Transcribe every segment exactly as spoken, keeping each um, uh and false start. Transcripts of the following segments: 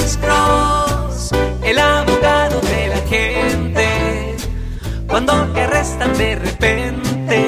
Alex Cross, el abogado de la gente. Cuando te arrestan de repente,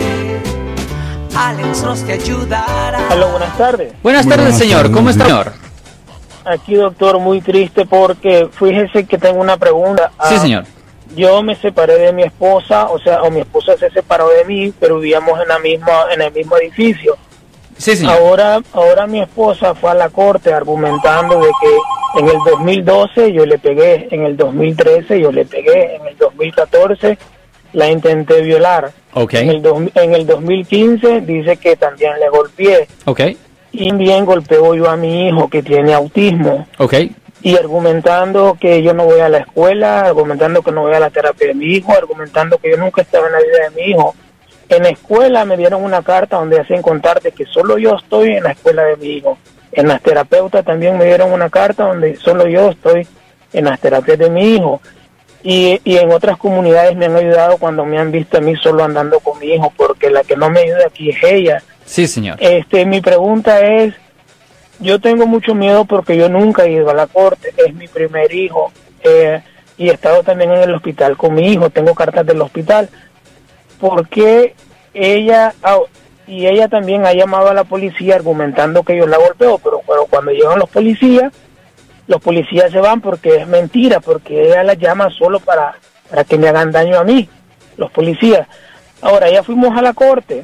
Alex Cross te ayudará. Hola, buenas tardes. Buenas tardes, buenas señor. tardes, ¿Cómo está, señor. señor? Aquí, doctor, muy triste porque fíjese que tengo una pregunta. Sí, Ah, señor. Yo me separé de mi esposa, o sea, o mi esposa se separó de mí, pero vivíamos en la misma, en el mismo edificio. Sí, señor. Ahora, ahora mi esposa fue a la corte argumentando de que en el dos mil doce yo le pegué, en el dos mil trece yo le pegué, en el dos mil catorce la intenté violar. Ok. En el, dos, en el dos mil quince dice que también le golpeé. Ok. Y también golpeo yo a mi hijo que tiene autismo. Ok. Y argumentando que yo no voy a la escuela, argumentando que no voy a la terapia de mi hijo, argumentando que yo nunca estaba en la vida de mi hijo. En la escuela me dieron una carta donde hacen contarte que solo yo estoy en la escuela de mi hijo. En las terapeutas también me dieron una carta donde solo yo estoy en las terapias de mi hijo. Y, y en otras comunidades me han ayudado cuando me han visto a mí solo andando con mi hijo, porque la que no me ayuda aquí es ella. Sí, señor. Este, mi pregunta es, yo tengo mucho miedo porque yo nunca he ido a la corte, es mi primer hijo, eh, y he estado también en el hospital con mi hijo, tengo cartas del hospital. ¿Por qué ella, ah, y ella también ha llamado a la policía argumentando que yo la golpeo, pero, pero cuando llegan los policías, los policías se van porque es mentira, porque ella la llama solo para, para que me hagan daño a mí, los policías. Ahora, ya fuimos a la corte.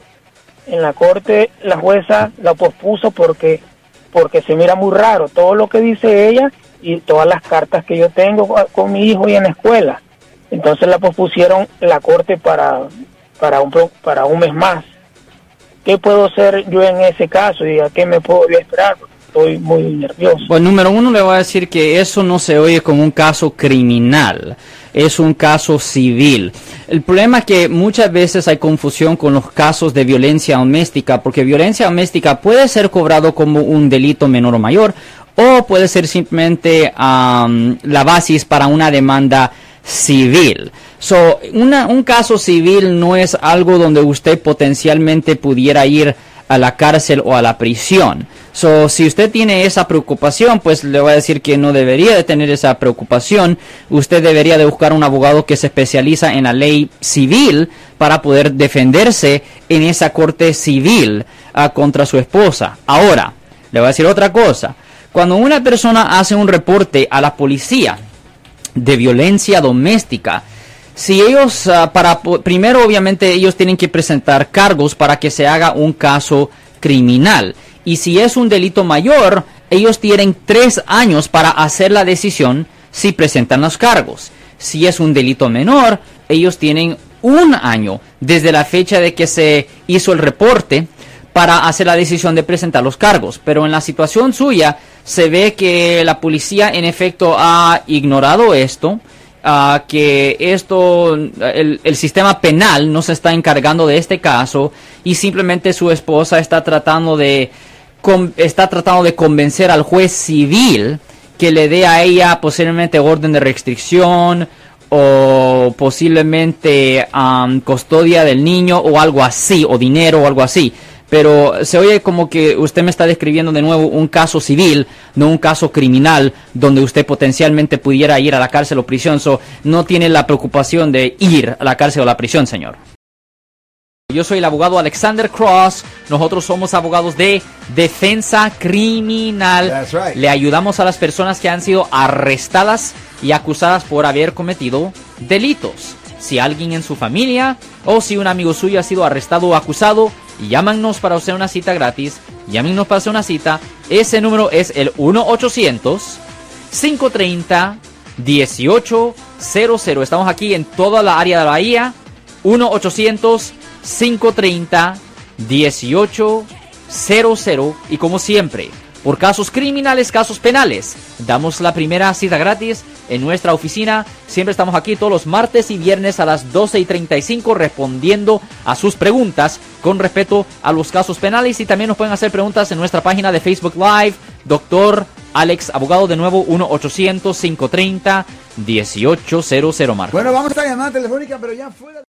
En la corte la jueza la pospuso porque porque se mira muy raro todo lo que dice ella y todas las cartas que yo tengo con mi hijo y en la escuela. Entonces la pospusieron la corte para para un para un mes más. ¿Qué puedo hacer yo en ese caso y a qué me puedo esperar? Porque estoy muy nervioso. Bueno, número uno le voy a decir que eso no se oye como un caso criminal, es un caso civil. El problema es que muchas veces hay confusión con los casos de violencia doméstica, porque violencia doméstica puede ser cobrado como un delito menor o mayor, o puede ser simplemente um, la base para una demanda civil. So, una, un caso civil no es algo donde usted potencialmente pudiera ir a la cárcel o a la prisión. So, si usted tiene esa preocupación, pues le voy a decir que no debería de tener esa preocupación. Usted debería de buscar un abogado que se especializa en la ley civil para poder defenderse en esa corte civil uh, contra su esposa. Ahora, le voy a decir otra cosa. Cuando una persona hace un reporte a la policía de violencia doméstica, si ellos, uh, para primero obviamente ellos tienen que presentar cargos para que se haga un caso criminal. Y si es un delito mayor, ellos tienen tres años para hacer la decisión si presentan los cargos. Si es un delito menor, ellos tienen un año desde la fecha de que se hizo el reporte para hacer la decisión de presentar los cargos. Pero en la situación suya se ve que la policía en efecto ha ignorado esto. Uh, que esto, el, el sistema penal no se está encargando de este caso y simplemente su esposa está tratando de con, está tratando de convencer al juez civil que le dé a ella posiblemente orden de restricción o posiblemente um, custodia del niño o algo así, o dinero o algo así. Pero se oye como que usted me está describiendo de nuevo un caso civil, no un caso criminal, donde usted potencialmente pudiera ir a la cárcel o prisión. So, no tiene la preocupación de ir a la cárcel o la prisión, señor. Yo soy el abogado Alexander Cross. Nosotros somos abogados de defensa criminal. That's right. Le ayudamos a las personas que han sido arrestadas y acusadas por haber cometido delitos. Si alguien en su familia o si un amigo suyo ha sido arrestado o acusado, llámanos para hacer una cita gratis. Llámenos para hacer una cita. Ese número es el uno ochocientos, cinco treinta, dieciocho cero cero. Estamos aquí en toda la área de la Bahía. uno ochocientos, cinco treinta, dieciocho cero cero. Y como siempre, por casos criminales, casos penales, damos la primera cita gratis en nuestra oficina. Siempre estamos aquí todos los martes y viernes a las doce y treinta y cinco respondiendo a sus preguntas con respecto a los casos penales. Y también nos pueden hacer preguntas en nuestra página de Facebook Live. Doctor Alex, abogado, de nuevo, uno ochocientos, cinco treinta, dieciocho cero cero, Marco. Bueno, vamos a esta llamada telefónica, pero ya fuera.